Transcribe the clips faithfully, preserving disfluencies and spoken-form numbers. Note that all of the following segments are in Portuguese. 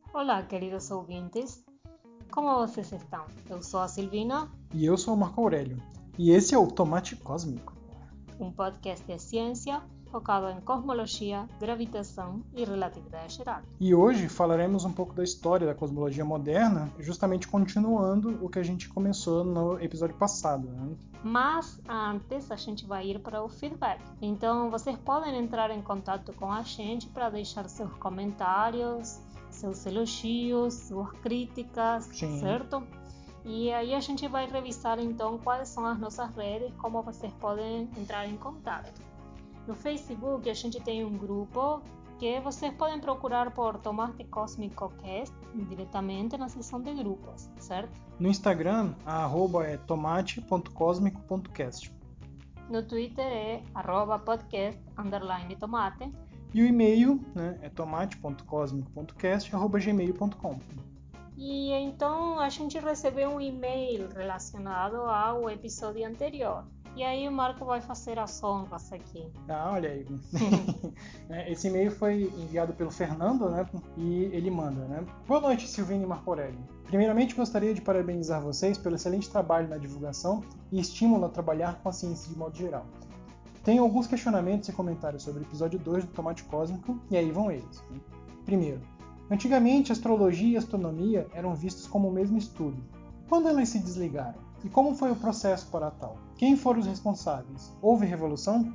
Olá, queridos ouvintes. Como vocês estão? Eu sou a Silvina. E eu sou o Marco Aurélio. E esse é o Tomate Cósmico, um podcast de ciência focado em cosmologia, gravitação e relatividade geral. E hoje falaremos um pouco da história da cosmologia moderna, justamente continuando o que a gente começou no episódio passado, né? Mas antes a gente vai ir para o feedback. Então vocês podem entrar em contato com a gente para deixar seus comentários, seus elogios, suas críticas, Sim. certo? E aí a gente vai revisar então quais são as nossas redes, como vocês podem entrar em contato. No Facebook a gente tem um grupo que vocês podem procurar por Tomate Cósmico Cast diretamente na seção de grupos, certo? No Instagram, a arroba é tomate ponto cósmico ponto cast. No Twitter é arroba podcast underline tomate. E o e-mail, né, é tomate ponto cósmico ponto cast arroba gmail ponto com. E então a gente recebeu um e-mail relacionado ao episódio anterior. E aí o Marco vai fazer as honras aqui. Ah, olha aí. Esse e-mail foi enviado pelo Fernando, né? E ele manda, né? Boa noite, Silvina e Marco Aurélio. Primeiramente, gostaria de parabenizar vocês pelo excelente trabalho na divulgação e estímulo a trabalhar com a ciência de modo geral. Tenho alguns questionamentos e comentários sobre o episódio dois do Tomate Cósmico, e aí vão eles. Né? Primeiro, antigamente astrologia e astronomia eram vistos como o mesmo estudo. Quando elas se desligaram? E como foi o processo para tal? Quem foram os responsáveis? Houve revolução?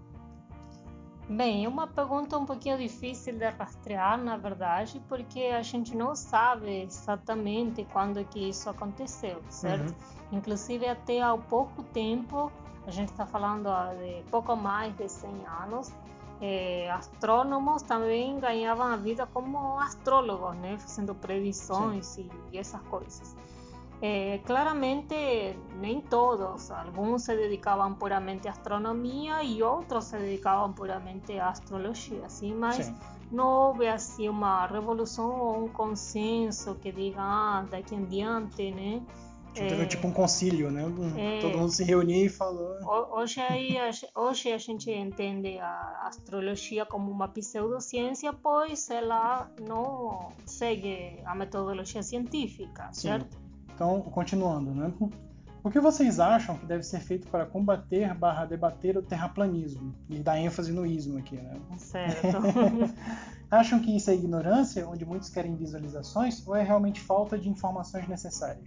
Bem, é uma pergunta um pouquinho difícil de rastrear, na verdade, porque a gente não sabe exatamente quando que isso aconteceu, certo? Uhum. Inclusive, até há pouco tempo, a gente está falando de pouco mais de cem anos, eh, astrônomos também ganhavam a vida como astrólogos, né? Fazendo previsões e, e essas coisas. É, claramente nem todos, alguns se dedicavam puramente à astronomia e outros se dedicavam puramente à astrologia, assim, mas Sim. não houve assim uma revolução ou um consenso que diga, ah, daqui em diante, né? Teve é, tipo um concílio, né? É, todo mundo se reuniu e falou. Hoje, aí, hoje a gente entende a astrologia como uma pseudociência, pois ela não segue a metodologia científica, Sim. certo? Então, continuando, né? O que vocês acham que deve ser feito para combater barra debater o terraplanismo? E dar ênfase no ismo aqui, né? Certo. Acham que isso é ignorância, onde muitos querem visualizações, ou é realmente falta de informações necessárias?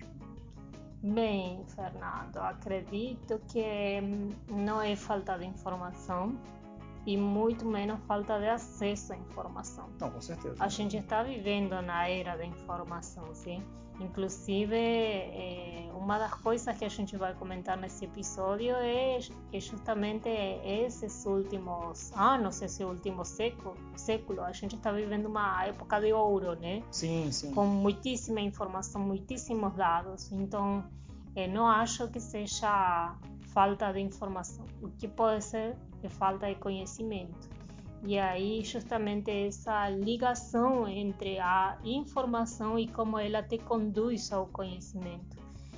Bem, Fernando, acredito que não é falta de informação e muito menos falta de acesso à informação. Não, com certeza. A gente está vivendo na era da informação, sim. Inclusive, é, uma das coisas que a gente vai comentar nesse episódio é que justamente esses últimos anos, esse último século, século a gente está vivendo uma época de ouro, né? Sim, sim. Com muitíssima informação, muitíssimos dados. Então, eu não acho que seja falta de informação. O que pode ser é falta de conhecimento. E aí, justamente essa ligação entre a informação e como ela te conduz ao conhecimento.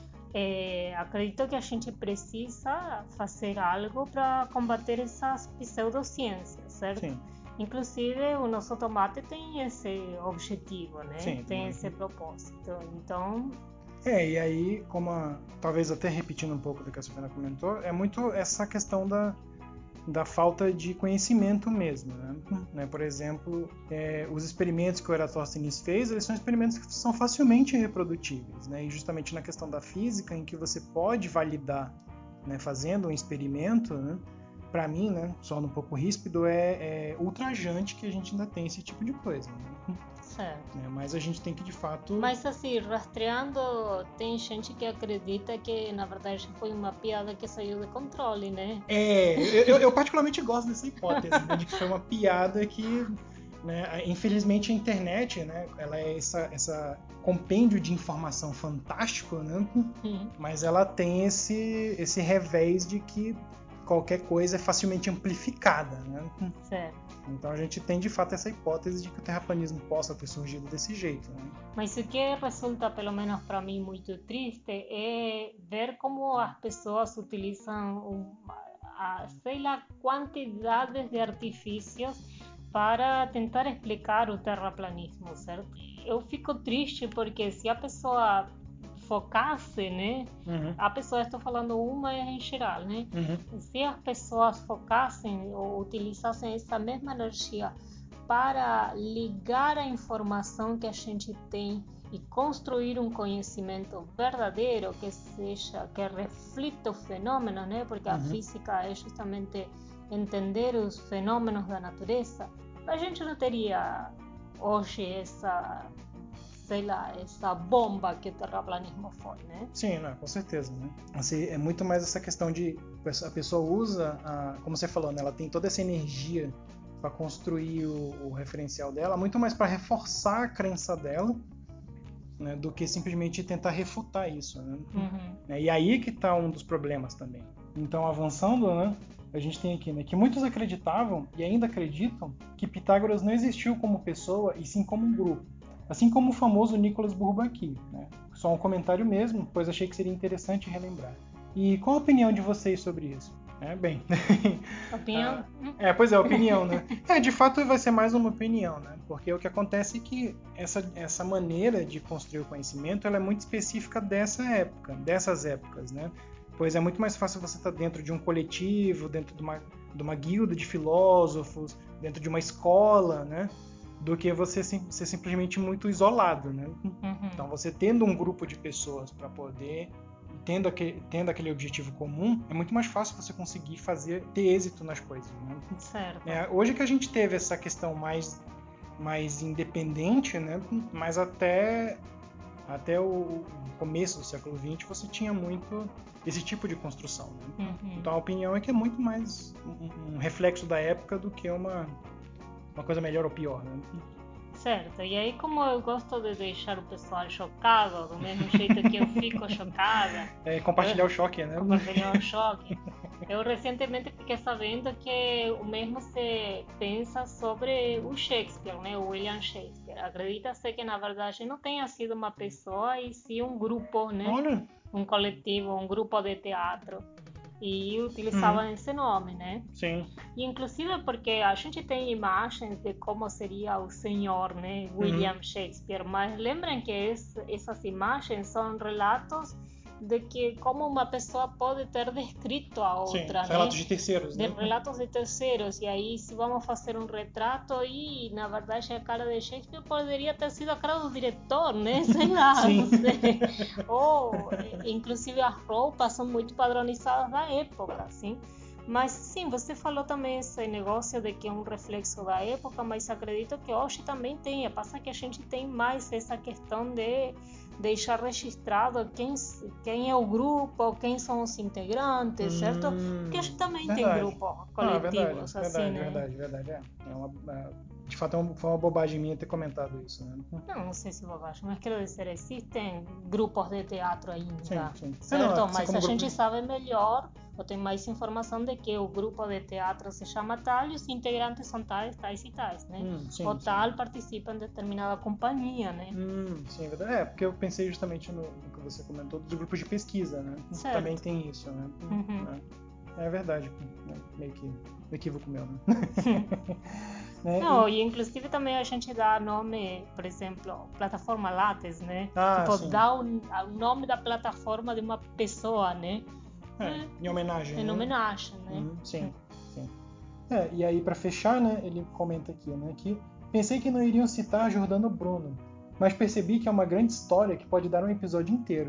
É, acredito que a gente precisa fazer algo para combater essas pseudociências, certo? Sim. Inclusive, o nosso tomate tem esse objetivo, né? Sim, tem uhum. esse propósito. Então... É, e aí, como a, talvez até repetindo um pouco do que a Silvana comentou, é muito essa questão da, da falta de conhecimento mesmo, né? Né? Por exemplo, é, os experimentos que o Eratosthenes fez, eles são experimentos que são facilmente reprodutíveis, né? E justamente na questão da física, em que você pode validar, né, fazendo um experimento, né? Para mim, né, só um pouco ríspido, é, é ultrajante que a gente ainda tem esse tipo de coisa, né? Certo. É, mas a gente tem que de fato... Mas assim, rastreando, tem gente que acredita que na verdade foi uma piada que saiu de controle, né? É, eu, eu particularmente gosto dessa hipótese, né, de que foi uma piada que, né, infelizmente a internet, né, ela é essa, essa compêndio de informação fantástico, né, Uhum. mas ela tem esse, esse revés de que qualquer coisa é facilmente amplificada, né? Certo. Então a gente tem de fato essa hipótese de que o terraplanismo possa ter surgido desse jeito, né? Mas o que resulta, pelo menos para mim, muito triste é ver como as pessoas utilizam, um, a, sei lá, quantidades de artifícios para tentar explicar o terraplanismo, certo? Eu fico triste porque se a pessoa focasse, né? Uhum. A pessoa, estou falando uma em geral, né? Uhum. Se as pessoas focassem ou utilizassem essa mesma energia para ligar a informação que a gente tem e construir um conhecimento verdadeiro que seja, que reflita o fenômeno, né? Porque a Uhum. física é justamente entender os fenômenos da natureza, a gente não teria hoje essa, sei lá, essa bomba que o terraplanismo foi, né? Sim, não, com certeza, né? Assim, é muito mais essa questão de a pessoa usa, a, como você falou, né? Ela tem toda essa energia para construir o, o referencial dela, muito mais para reforçar a crença dela, né, do que simplesmente tentar refutar isso, né? Uhum. E aí que está um dos problemas também. Então, avançando, né? A gente tem aqui, né, que muitos acreditavam e ainda acreditam que Pitágoras não existiu como pessoa e sim como um grupo, assim como o famoso Nicolas Bourbaki, né? Só um comentário mesmo, pois achei que seria interessante relembrar. E qual a opinião de vocês sobre isso? É, bem... Opinião? ah, é, pois é, opinião, né? É, de fato vai ser mais uma opinião, né? Porque o que acontece é que essa, essa maneira de construir o conhecimento ela é muito específica dessa época, dessas épocas, né? Pois é muito mais fácil você estar dentro de um coletivo, dentro de uma, de uma guilda de filósofos, dentro de uma escola, né? Do que você ser simplesmente muito isolado, né? Uhum. Então, você tendo um grupo de pessoas para poder, tendo aquele, tendo aquele objetivo comum, é muito mais fácil você conseguir fazer, ter êxito nas coisas, né? Certo. É, hoje que a gente teve essa questão mais, mais independente, né? Mas até, até o começo do século vinte você tinha muito esse tipo de construção, né? Uhum. Então, a opinião é que é muito mais um, um reflexo da época do que uma uma coisa melhor ou pior, né? Certo, e aí como eu gosto de deixar o pessoal chocado, do mesmo jeito que eu fico chocada, É, compartilhar eu, o choque, né? compartilhar o choque, eu recentemente fiquei sabendo que o mesmo se pensa sobre o Shakespeare, né? O William Shakespeare. Acredita-se que na verdade não tenha sido uma pessoa e sim um grupo, né? Olha, Um coletivo, um grupo de teatro. E utilizavam uhum. esse nome, né? Sim. E inclusive porque a gente tem imagens de como seria o senhor, né, William Uhum. Shakespeare, mas lembrem que es, essas imagens são relatos de que como uma pessoa pode ter descrito a outra, Sim, né? relatos de terceiros, De né? relatos de terceiros, e aí se vamos fazer um retrato e na verdade a cara de Shakespeare poderia ter sido a cara do diretor, né? Sei lá, Sim. não sei. Ou inclusive as roupas são muito padronizadas da época, assim. Mas sim, você falou também esse negócio de que é um reflexo da época, mas acredito que hoje também tem. Passa que a gente tem mais essa questão de deixar registrado quem, quem é o grupo, quem são os integrantes, hum, certo? Porque a gente também verdade. tem grupos coletivos, ah, verdade, assim, verdade, né? verdade, verdade, é. é uma, de fato, é uma, foi uma bobagem minha ter comentado isso, né? Não, não sei se bobagem, mas quero dizer, existem grupos de teatro ainda, Sim, sim. certo? É, não, mas como a grupo... gente sabe melhor, ou tem mais informação de que o grupo de teatro se chama tal e os integrantes são tais, tais e tais, né? Hum, sim, ou sim. tal participa em determinada companhia, né? Hum, sim, é verdade. É, porque eu pensei justamente no, no que você comentou dos grupos de pesquisa, né? Certo. Também tem isso, né? Uhum. É, é verdade. É meio que um equívoco meu, né? né? Não, e... e inclusive também a gente dá nome, por exemplo, plataforma Lattes, né? Ah, tipo, sim. dá o um, um nome da plataforma de uma pessoa, né? É, é, em homenagem, Em né? homenagem, né? Hum, sim, sim. É, e aí, para fechar, né, ele comenta aqui, né, que pensei que não iriam citar Giordano Bruno, mas percebi que é uma grande história que pode dar um episódio inteiro.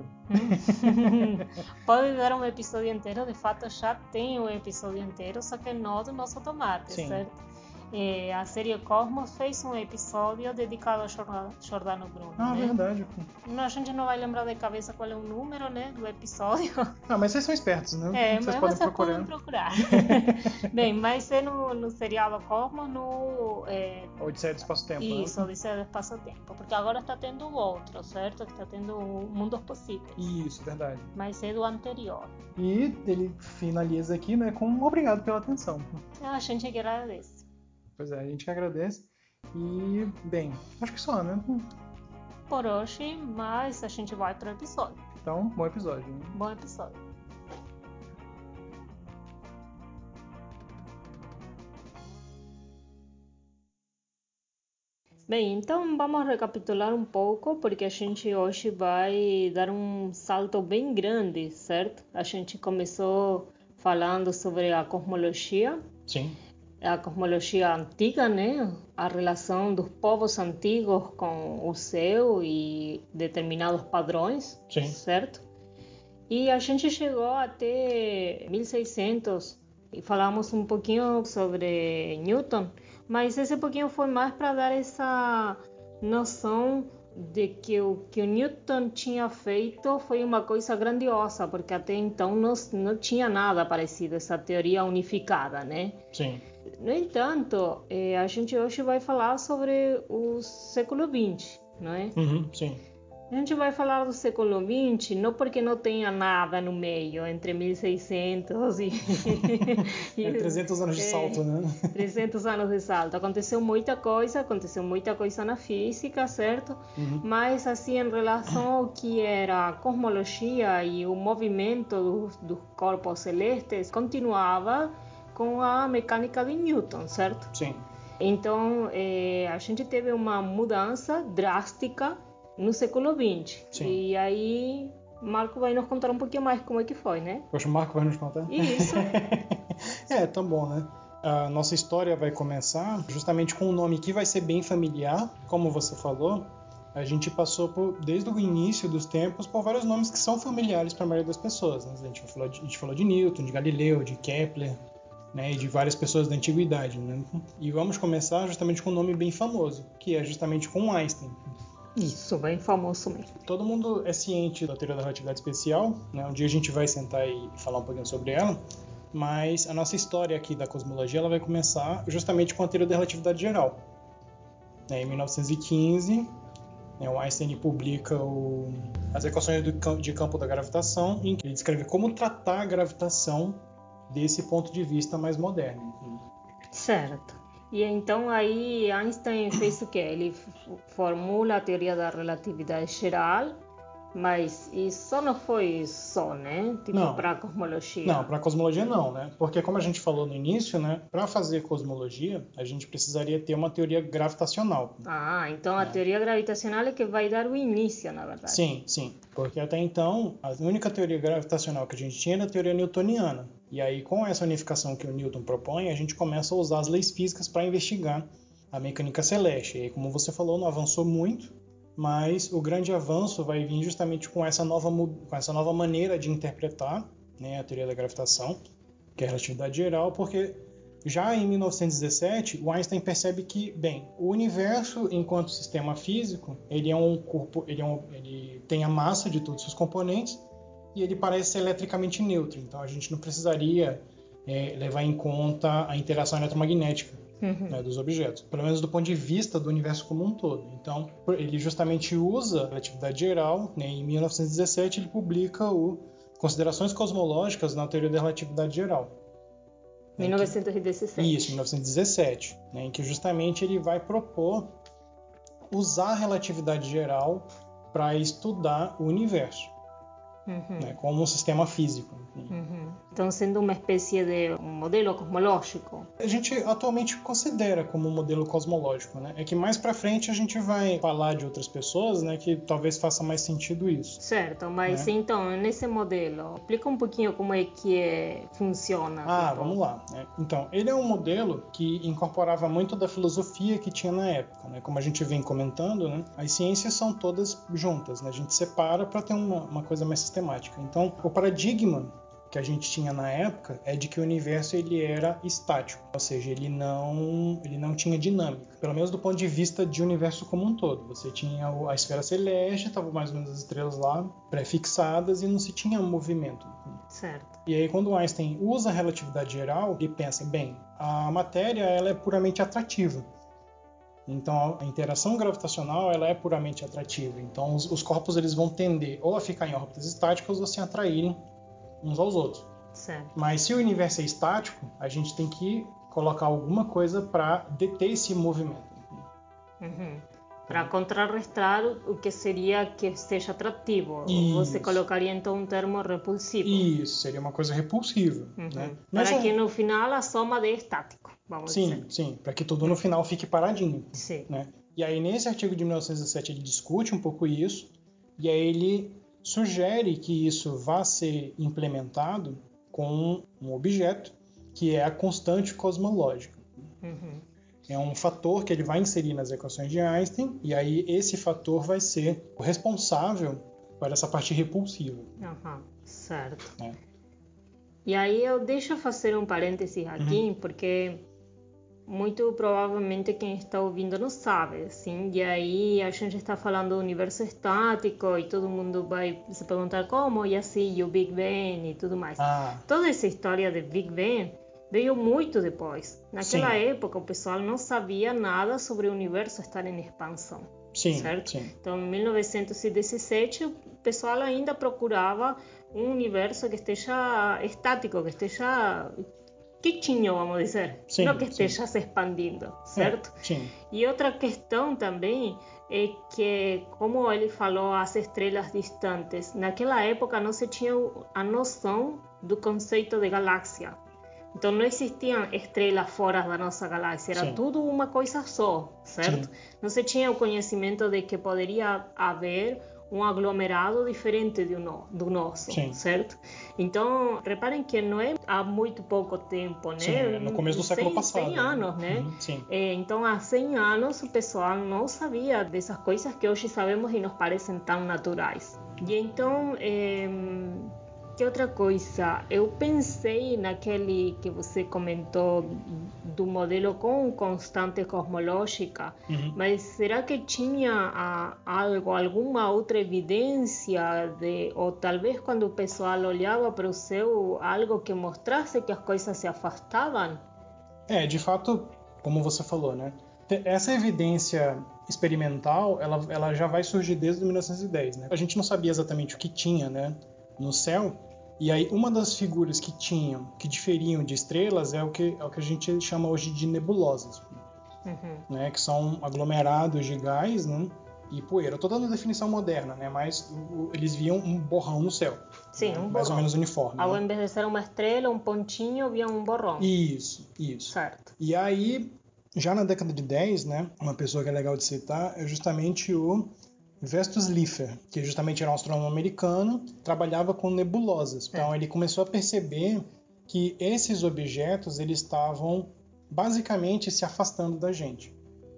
Pode dar um episódio inteiro, de fato já tem um episódio inteiro, só que não do nosso tomate, Sim. certo? É, a série Cosmos fez um episódio dedicado a Giordano Bruno, Ah, né? verdade. A gente não vai lembrar de cabeça qual é o número, né, do episódio. Ah, mas vocês são espertos, né? É, vocês mas podem vocês procurar. podem procurar. Bem, mas é no, no seriado Cosmos, no... É... Odisseia do Espaço-Tempo, Isso, né? Odisseia do Espaço-Tempo. Porque agora está tendo outro, certo? Está tendo Mundos Possíveis. Isso, verdade. Mas é do anterior. E ele finaliza aqui, né, com um obrigado pela atenção. A gente que agradece. Pois é, a gente que agradece. E, bem, acho que só, né? Por hoje, mas a gente vai para o episódio. Então, bom episódio. Né? Bom episódio. Bem, então vamos recapitular um pouco, porque a gente hoje vai dar um salto bem grande, certo? A gente começou falando sobre a cosmologia. Sim. A cosmologia antiga, né? A relação dos povos antigos com o céu e determinados padrões, Sim. certo? E a gente chegou até mil e seiscentos e falamos um pouquinho sobre Newton, mas esse pouquinho foi mais para dar essa noção de que o que o Newton tinha feito foi uma coisa grandiosa, porque até então não, não tinha nada parecido, essa teoria unificada, né? Sim. No entanto, eh, a gente hoje vai falar sobre o século vinte, não é? Uhum, sim. A gente vai falar do século vinte, não porque não tenha nada no meio, entre mil e seiscentos e... é trezentos anos de é, salto, né? trezentos anos de salto. Aconteceu muita coisa, aconteceu muita coisa na física, certo? Uhum. Mas, assim, em relação ao que era a cosmologia e o movimento dos, dos corpos celestes, continuava com a mecânica de Newton, certo? Sim. Então, eh, a gente teve uma mudança drástica no século vinte. Sim. E aí, Marco vai nos contar um pouquinho mais como é que foi, né? Poxa, o Marco vai nos contar? Isso. É, tão bom, né? A nossa história vai começar justamente com um nome que vai ser bem familiar, como você falou. A gente passou por, desde o início dos tempos por vários nomes que são familiares para a maioria das pessoas, né? A gente falou de, a gente falou de Newton, de Galileu, de Kepler, né, e de várias pessoas da antiguidade, né? E vamos começar justamente com um nome bem famoso, que é justamente com Einstein. Isso, bem famoso mesmo. Todo mundo é ciente da teoria da relatividade especial, né? Um dia a gente vai sentar e falar um pouquinho sobre ela, mas a nossa história aqui da cosmologia ela vai começar justamente com a teoria da relatividade geral. Em mil novecentos e quinze, né, o Einstein publica o, as equações do, de campo da gravitação, em que ele descreve como tratar a gravitação desse ponto de vista mais moderno. Certo. E então aí Einstein fez o quê? Ele formula a teoria da relatividade geral, mas isso não foi só, né? Tipo, para a cosmologia. Não, para a cosmologia não, né? Porque como a gente falou no início, né? Para fazer cosmologia, a gente precisaria ter uma teoria gravitacional. Ah, então a né? teoria gravitacional é que vai dar o início, na verdade. Sim, sim. Porque até então, a única teoria gravitacional que a gente tinha era a teoria newtoniana. E aí, com essa unificação que o Newton propõe, a gente começa a usar as leis físicas para investigar a mecânica celeste. E aí, como você falou, não avançou muito, mas o grande avanço vai vir justamente com essa nova, com essa nova maneira de interpretar, né, a teoria da gravitação, que é a relatividade geral, porque já em mil novecentos e dezessete, o Einstein percebe que, bem, o universo, enquanto sistema físico, ele é um corpo, ele, é um, ele tem a massa de todos os seus componentes e ele parece ser eletricamente neutro. Então a gente não precisaria é, levar em conta a interação eletromagnética uhum. né, dos objetos, pelo menos do ponto de vista do universo como um todo. Então ele justamente usa a relatividade geral. Né, em mil novecentos e dezessete ele publica o Considerações Cosmológicas na Teoria da Relatividade Geral. mil novecentos e dezessete. Isso, mil novecentos e dezessete, né, em que justamente ele vai propor usar a relatividade geral para estudar o universo. Uhum. Né, como um sistema físico. Uhum. Então, sendo uma espécie de um modelo cosmológico. A gente atualmente considera como um modelo cosmológico, né? É que mais para frente a gente vai falar de outras pessoas, né, que talvez faça mais sentido isso. Certo, mas né? Então, nesse modelo, explica um pouquinho como é que é, funciona. Ah, tipo... vamos lá. Né? Então, ele é um modelo que incorporava muito da filosofia que tinha na época, né? Como a gente vem comentando, né? As ciências são todas juntas, né? A gente separa para ter uma, uma coisa mais sistemática. Então, o paradigma que a gente tinha na época é de que o universo ele era estático, ou seja, ele não, ele não tinha dinâmica, pelo menos do ponto de vista de universo como um todo. Você tinha a esfera celeste, estavam mais ou menos as estrelas lá pré-fixadas e não se tinha movimento. Certo. E aí quando Einstein usa a relatividade geral, ele pensa, bem, a matéria ela é puramente atrativa. Então a interação gravitacional ela é puramente atrativa. Então os, os corpos eles vão tender ou a ficar em órbitas estáticas ou a se atraírem uns aos outros. Certo. Mas se o universo é estático, a gente tem que colocar alguma coisa para deter esse movimento. Uhum. Para contrarrestar o que seria que seja atrativo. Isso. Você colocaria então um termo repulsivo. Isso, seria uma coisa repulsiva. Uhum. Né? Para Nessa... que no final a soma dê estático, vamos sim, dizer. Sim, sim, para que tudo no final fique paradinho. Sim. Né? E aí, nesse artigo de mil novecentos e dezessete, ele discute um pouco isso, e aí ele sugere que isso vá ser implementado com um objeto, que é a constante cosmológica. Uhum. É um fator que ele vai inserir nas equações de Einstein, e aí esse fator vai ser o responsável por essa parte repulsiva. Uhum. Certo. É. E aí eu deixo eu fazer um parênteses aqui, Uhum. porque muito provavelmente quem está ouvindo não sabe, assim, e aí a gente está falando do universo estático e todo mundo vai se perguntar como, e assim, e o Big Bang e tudo mais. Ah. Toda essa história de Big Bang veio muito depois. Naquela Sim. época o pessoal não sabia nada sobre o universo estar em expansão. Sim, certo? sim. Então, em mil novecentos e dezessete, o pessoal ainda procurava um universo que esteja estático, que esteja quietinho, vamos dizer, Sim, não que sim. esteja se expandindo, certo? É, sim. E outra questão também é que, como ele falou, as estrelas distantes, naquela época não se tinha a noção do conceito de galáxia. Então não existiam estrelas fora da nossa galáxia, era Sim. tudo uma coisa só, certo? Sim. Não se tinha o conhecimento de que poderia haver um aglomerado diferente do, no, do nosso, Sim. certo? Então, reparem que não é há muito pouco tempo, né? Sim, é no começo do cem, século passado. cem anos, né? Uhum, sim. É, então, há cem anos, o pessoal não sabia dessas coisas que hoje sabemos e nos parecem tão naturais. E então... É, que outra coisa? Eu pensei naquele que você comentou do modelo com constante cosmológica, Uhum. mas será que tinha a, algo, alguma outra evidência de, ou talvez quando o pessoal olhava para o céu, algo que mostrasse que as coisas se afastavam? É, de fato, como você falou, né? Essa evidência experimental, ela, ela já vai surgir desde mil novecentos e dez, né? A gente não sabia exatamente o que tinha, né, no céu. E aí uma das figuras que tinham, que diferiam de estrelas, é o que, é o que a gente chama hoje de nebulosas, Uhum. né? Que são aglomerados de gás, né, e poeira. Eu tô dando a definição moderna, né? Mas o, eles viam um borrão no céu. Sim, né? um borrão. Mais ou menos uniforme. Ao Né? invés de ser uma estrela, um pontinho, via um borrão. Isso, isso. Certo. E aí, já na década de dez, né, uma pessoa que é legal de citar é justamente o Vestus Lieffer, que justamente era um astrônomo americano, trabalhava com nebulosas. Então é. ele começou a perceber que esses objetos eles estavam basicamente se afastando da gente.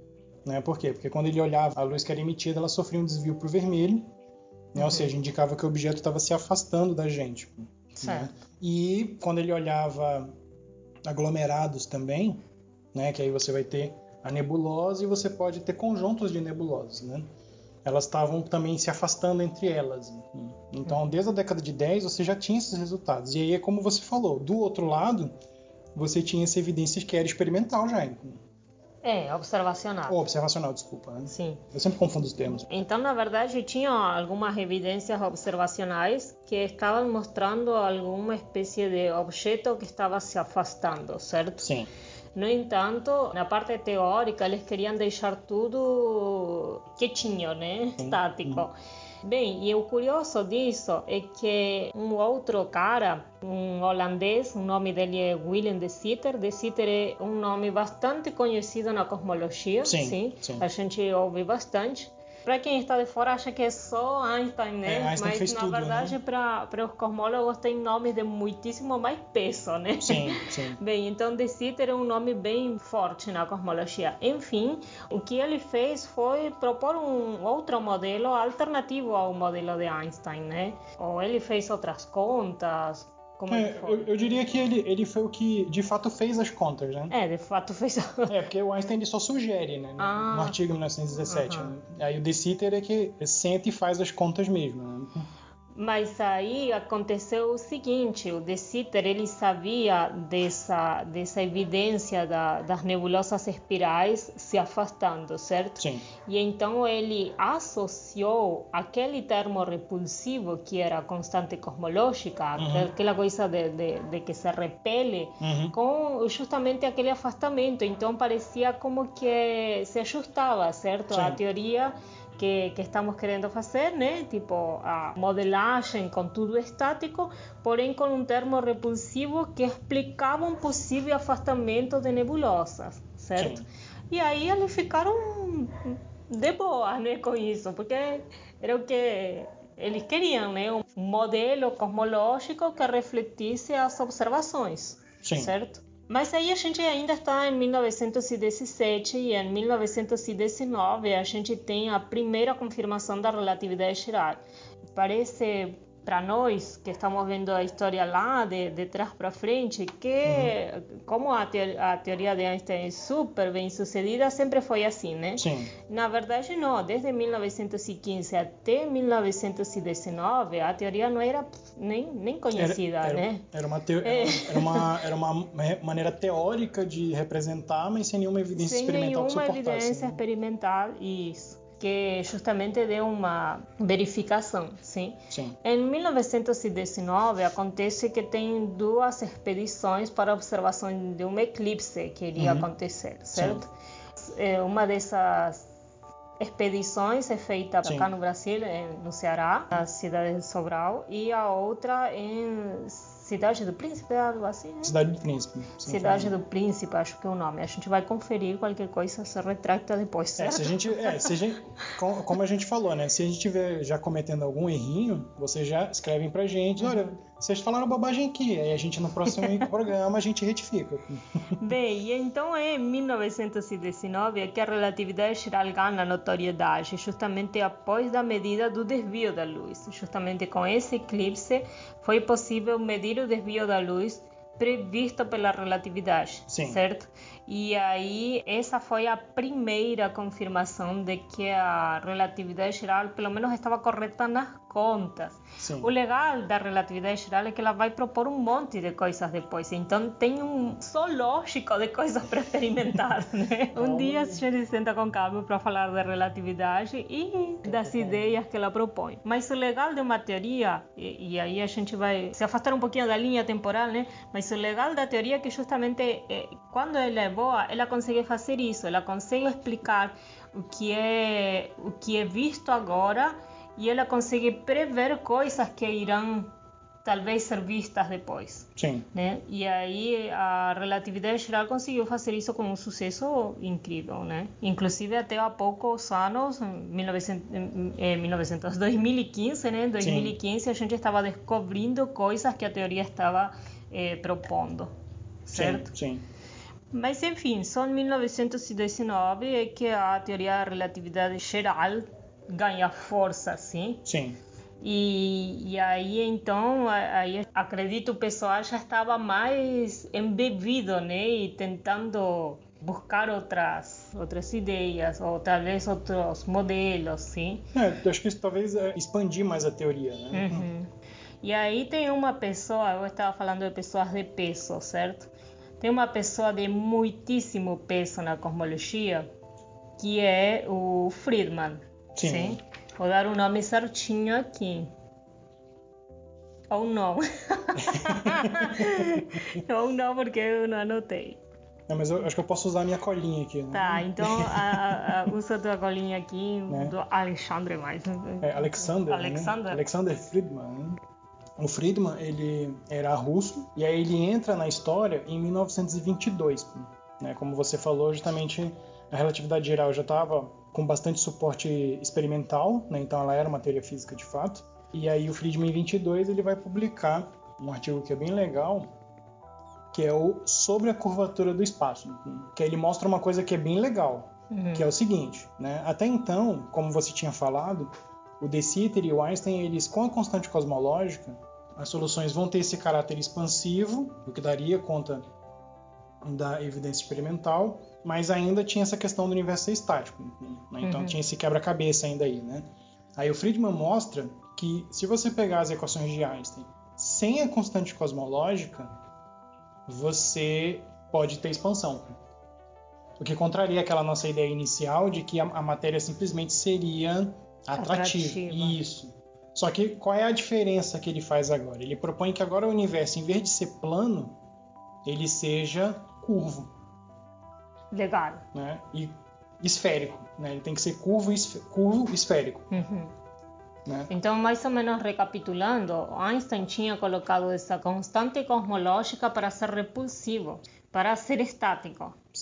Né? Por quê? Porque quando ele olhava a luz que era emitida, ela sofria um desvio para o vermelho, né? Uhum. Ou seja, indicava que o objeto estava se afastando da gente. Certo. Né? E quando ele olhava aglomerados também, né? Que aí você vai ter a nebulosa e você pode ter conjuntos de nebulosas, né? Elas estavam também se afastando entre elas. Então, desde a década de dez, você já tinha esses resultados. E aí é como você falou, do outro lado, você tinha essa evidência que era experimental já. É, observacional. Ou observacional, desculpa. Né? Sim. Eu sempre confundo os termos. Então, na verdade, tinha algumas evidências observacionais que estavam mostrando alguma espécie de objeto que estava se afastando, certo? Sim. No entanto, na parte teórica, eles queriam deixar tudo quietinho, né? Estático. Uhum. Bem, e o curioso disso é que um outro cara, um holandês, o nome dele é Willem de Sitter. De Sitter é um nome bastante conhecido na cosmologia, sim, sim. sim. A gente ouve bastante. Para quem está de fora acha que é só Einstein, né? É, Einstein mas fez na tudo, verdade né? para os cosmólogos tem nomes de muitíssimo mais peso, né? Sim, sim. Bem, então de Sitter é um nome bem forte na cosmologia. Enfim, o que ele fez foi propor um outro modelo alternativo ao modelo de Einstein, né? Ou ele fez outras contas. Como é, é que foi? Eu, eu diria que ele, ele foi o que de fato fez as contas, né? É, de fato fez. É, porque o Einstein ele só sugere, né? Ah, no artigo mil novecentos e dezessete. uh-huh. Né? Aí o De Sitter é que senta e faz as contas mesmo. Né? Mas aí aconteceu o seguinte, o De Sitter ele sabia dessa, dessa evidência da, das nebulosas espirais se afastando, certo? Sim. E então ele associou aquele termo repulsivo que era a constante cosmológica, uhum. aquela coisa de, de, de que se repele, uhum. com justamente aquele afastamento. Então parecia como que se ajustava, certo? Sim. A teoria Que, que estamos querendo fazer, né? Tipo a modelagem com tudo estático, porém com um termo repulsivo que explicava um possível afastamento de nebulosas, certo? Sim. E aí eles ficaram de boa, né, com isso, porque era o que eles queriam, né, um modelo cosmológico que refletisse as observações, Sim. certo? Mas aí a gente ainda está em mil novecentos e dezessete e em mil novecentos e dezenove a gente tem a primeira confirmação da relatividade geral. Parece para nós que estamos vendo a história lá de, de trás para frente que uhum. como a, te, a teoria de Einstein é super bem sucedida, sempre foi assim, né? Sim. Na verdade não, desde mil novecentos e quinze até mil novecentos e dezenove a teoria não era nem, nem conhecida, era, era, né? Era uma, teo... é. era, uma, era uma maneira teórica de representar, mas sem nenhuma evidência sem experimental que suportasse. Sem nenhuma evidência né? experimental, isso. Que justamente deu uma verificação, sim? Sim. Em mil novecentos e dezenove acontece que tem duas expedições para a observação de um eclipse que iria uhum. acontecer, certo? É, uma dessas expedições é feita Sim. cá no Brasil, no Ceará, na cidade de Sobral, e a outra em Cidade do Príncipe, algo assim, né? Cidade do Príncipe. Sim, Cidade do Príncipe, acho que é o nome. A gente vai conferir, qualquer coisa se retrata depois, certo? É, se a gente, é, se a gente, como a gente falou, né? Se a gente estiver já cometendo algum errinho, vocês já escrevem pra gente, uhum. olha, vocês falaram bobagem aqui, aí a gente no próximo programa a gente retifica. Bem, e então é em mil novecentos e dezenove que a relatividade geral ganha notoriedade, justamente após a medida do desvio da luz. Justamente com esse eclipse foi possível medir o desvio da luz previsto pela relatividade, Sim. certo? E aí essa foi a primeira confirmação de que a relatividade geral pelo menos estava correta nas contas. Sim. O legal da relatividade geral é que ela vai propor um monte de coisas depois, então tem um zoológico de coisas para experimentar, né? Um é dia um... a gente senta com calma para falar da relatividade e das ideias que ela propõe. Mas o legal de uma teoria, e, e aí a gente vai se afastar um pouquinho da linha temporal, né? Mas o legal da teoria é que justamente eh, quando ela é boa, ela consegue fazer isso, ela consegue explicar o que é o que é visto agora e ela consegue prever coisas que irão talvez ser vistas depois. Sim. Né? E aí a relatividade geral conseguiu fazer isso com um sucesso incrível, né? Inclusive até há poucos anos, mil e novecentos, eh, mil e novecentos, dois mil e quinze, né? dois mil e quinze Sim. a gente estava descobrindo coisas que a teoria estava eh, propondo, certo? Sim, sim. Mas enfim, só em mil novecentos e dezenove é que a teoria da relatividade geral ganha força, assim. Sim. E, e aí então, aí acredito o pessoal já estava mais embebido, né? E tentando buscar outras outras ideias ou talvez outros modelos, sim. É, acho que isso talvez é expandir mais a teoria, né? Uhum. E aí tem uma pessoa, eu estava falando de pessoas de peso, certo? Tem uma pessoa de muitíssimo peso na cosmologia, que é o Friedman. Sim. Sim? Vou dar o nome certinho aqui. Ou não. Ou não, porque eu não anotei. Não, mas eu acho que eu posso usar a minha colinha aqui. Né? Tá, então a, a, usa a tua colinha aqui né? do Alexandre mais. É, Alexander, Alexander. Né? Alexander Friedman. Né? O Friedman, ele era russo, e aí ele entra na história em mil novecentos e vinte e dois. Né? Como você falou, justamente a relatividade geral já estava com bastante suporte experimental, né? Então ela era uma teoria física de fato. E aí o Friedman, em vinte e dois, ele vai publicar um artigo que é bem legal, que é o Sobre a Curvatura do Espaço, que ele mostra uma coisa que é bem legal, uhum. que é o seguinte, né? Até então, como você tinha falado, o De Sitter e o Einstein, eles, com a constante cosmológica, as soluções vão ter esse caráter expansivo, o que daria conta da evidência experimental, mas ainda tinha essa questão do universo ser estático, né? Então uhum. tinha esse quebra-cabeça ainda aí, né? Aí o Friedman mostra que se você pegar as equações de Einstein sem a constante cosmológica, você pode ter expansão. O que contraria aquela nossa ideia inicial de que a, a matéria simplesmente seria atrativa. atrativa. Isso. Só que qual é a diferença que ele faz agora? Ele propõe que agora o universo, em vez de ser plano, ele seja curvo. Legal. Né? E esférico. Né? Ele tem que ser curvo, esf... curvo esférico. Uhum. Né? Então, mais ou menos recapitulando, Einstein tinha colocado essa constante cosmológica para ser repulsivo, para ser estático.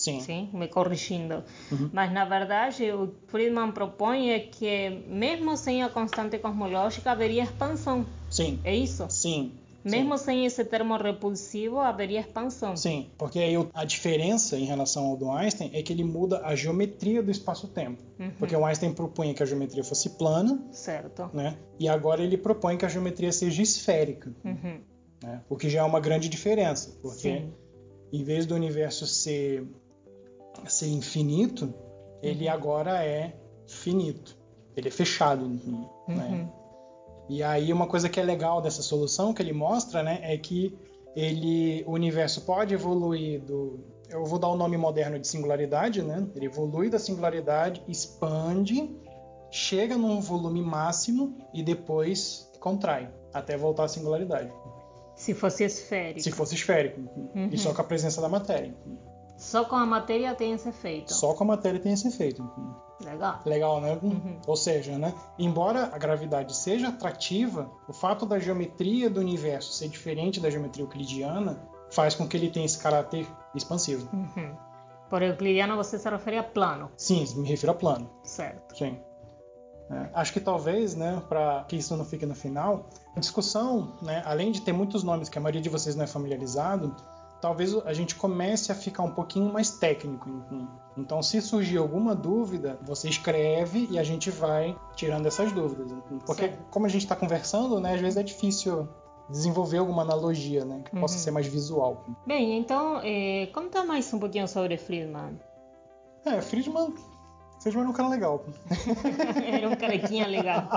sim. sim, me corrigindo. Uhum. Mas, na verdade, o Friedman propõe é que, mesmo sem a constante cosmológica, haveria expansão. Sim. É isso? Sim. Mesmo Sim. sem esse termo repulsivo, haveria expansão. Sim, porque aí a diferença em relação ao do Einstein é que ele muda a geometria do espaço-tempo. Uhum. Porque o Einstein propunha que a geometria fosse plana, certo. Né? E agora ele propõe que a geometria seja esférica. Uhum. Né? O que já é uma grande diferença, porque Sim. em vez do universo ser, ser infinito, ele uhum. agora é finito. Ele é fechado. Uhum. Né? E aí uma coisa que é legal dessa solução que ele mostra, né, é que ele, o universo pode evoluir do... Eu vou dar o nome moderno de singularidade, né? Ele evolui da singularidade, expande, chega num volume máximo e depois contrai, até voltar à singularidade. Se fosse esférico. Se fosse esférico. Uhum. E só com a presença da matéria. Só com a matéria tem esse efeito. Só com a matéria tem esse efeito. Legal. Legal, né? Uhum. Ou seja, né, embora a gravidade seja atrativa, o fato da geometria do universo ser diferente da geometria euclidiana faz com que ele tenha esse caráter expansivo. Uhum. Por euclidiano você se refere a plano? Sim, me refiro a plano. Certo. Sim. É, acho que talvez, né, para que isso não fique no final, a discussão, né, além de ter muitos nomes que a maioria de vocês não é familiarizado, talvez a gente comece a ficar um pouquinho mais técnico. Então, se surgir alguma dúvida, você escreve e a gente vai tirando essas dúvidas. Porque, Sim. como a gente está conversando, né, às vezes é difícil desenvolver alguma analogia, né, que uhum. possa ser mais visual. Bem, então, é, conta mais um pouquinho sobre Friedman. É, Friedman... Friedman era um cara legal. Era um carequinha legal.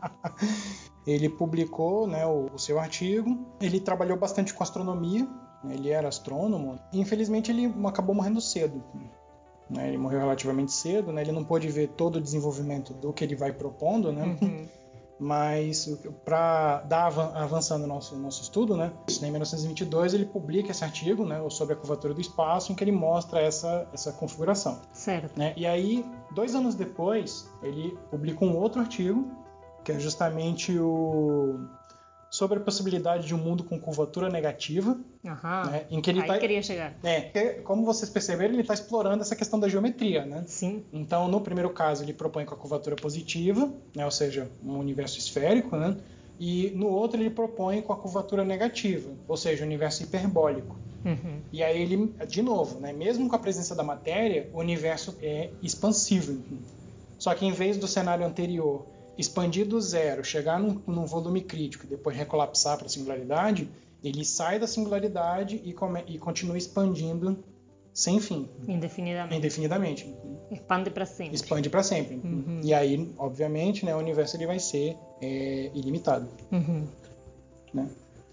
Ele publicou, né, o, o seu artigo. Ele trabalhou bastante com astronomia. Ele era astrônomo. E, infelizmente, ele acabou morrendo cedo. Né? Ele morreu relativamente cedo. Né? Ele não pôde ver todo o desenvolvimento do que ele vai propondo. Né? Uhum. Mas, para dar avançando no nosso, nosso estudo, né? Em mil novecentos e vinte e dois ele publica esse artigo, né, sobre a curvatura do espaço, em que ele mostra essa, essa configuração. Certo. Né? E aí, dois anos depois, ele publica um outro artigo, que é justamente o... sobre a possibilidade de um mundo com curvatura negativa. Aham. Né? Em que ele aí tá... queria chegar. É, como vocês perceberam, ele está explorando essa questão da geometria, né? Sim. Então, no primeiro caso, ele propõe com a curvatura positiva, né? Ou seja, um universo esférico, né? E no outro ele propõe com a curvatura negativa, ou seja, um universo hiperbólico. Uhum. E aí ele, de novo, né? Mesmo com a presença da matéria, o universo é expansivo. Só que em vez do cenário anterior expandir do zero, chegar num, num volume crítico e depois recolapsar para a singularidade, ele sai da singularidade e, come, e continua expandindo sem fim. Indefinidamente. Indefinidamente. Expande para sempre. Expande para sempre. Uhum. E aí, obviamente, né, o universo ele vai ser é, ilimitado. Uhum. Né?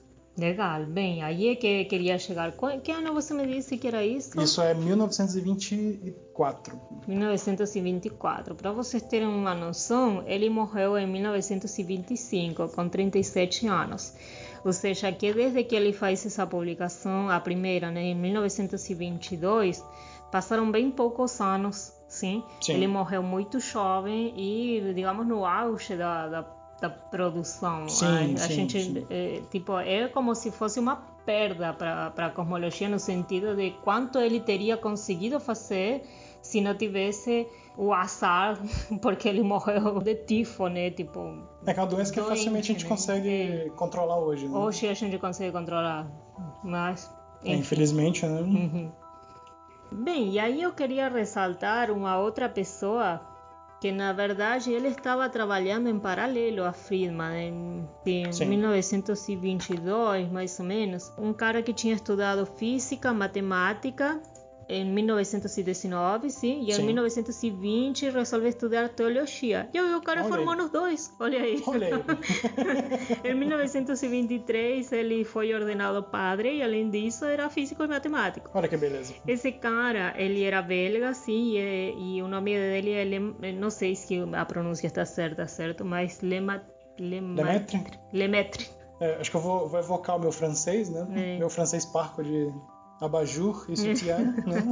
Legal. Bem, aí é que queria chegar. Que ano você me disse que era isso? Isso é mil novecentos e vinte e quatro. mil novecentos e vinte e quatro. Para vocês terem uma noção, ele morreu em mil novecentos e vinte e cinco, com trinta e sete anos. Ou seja, que desde que ele faz essa publicação, a primeira, né, em mil novecentos e vinte e dois, passaram bem poucos anos, sim? Sim. Ele morreu muito jovem e, digamos, no auge da, da, da produção. Sim, a, a sim, gente, sim. É, tipo, é como se fosse uma perda para a cosmologia, no sentido de quanto ele teria conseguido fazer se não tivesse o azar, porque ele morreu de tifo, né? Tipo, é uma doença que doente, facilmente a gente né? consegue é. controlar hoje. Né? Hoje a gente consegue controlar, mas... É, infelizmente, né? Uhum. Bem, e aí eu queria ressaltar uma outra pessoa que, na verdade, ele estava trabalhando em paralelo a Friedman, em, em mil novecentos e vinte e dois, mais ou menos. Um cara que tinha estudado física, matemática, em mil novecentos e dezenove, sim, e sim. em mil novecentos e vinte resolveu estudar teologia. E o cara Olha formou aí. nos dois, olha aí. Olha aí. Em mil novecentos e vinte e três ele foi ordenado padre e, além disso, era físico e matemático. Olha que beleza. Esse cara, ele era belga, sim, e, e o nome dele é, Lem, não sei se a pronúncia está certa, certo, mas Lema, Lema, Lemaitre. Lemaitre. É, acho que eu vou, vou evocar o meu francês, né? É. Meu francês parco de abajur e sutiã, né?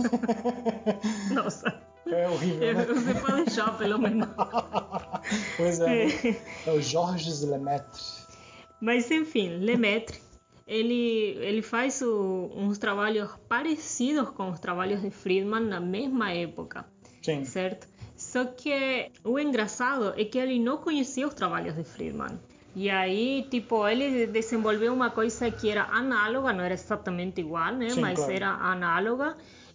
Nossa. É horrível, né? Você pode deixar, pelo menos. Pois é, né? É o Georges Lemaitre. Mas, enfim, Lemaitre, ele, ele faz o, uns trabalhos parecidos com os trabalhos de Friedman na mesma época, Sim. certo? Só que o engraçado é que ele não conhecia os trabalhos de Friedman. E aí, tipo, ele desenvolveu uma coisa que era análoga, não era exatamente igual, né? Sim, mas claro. era análoga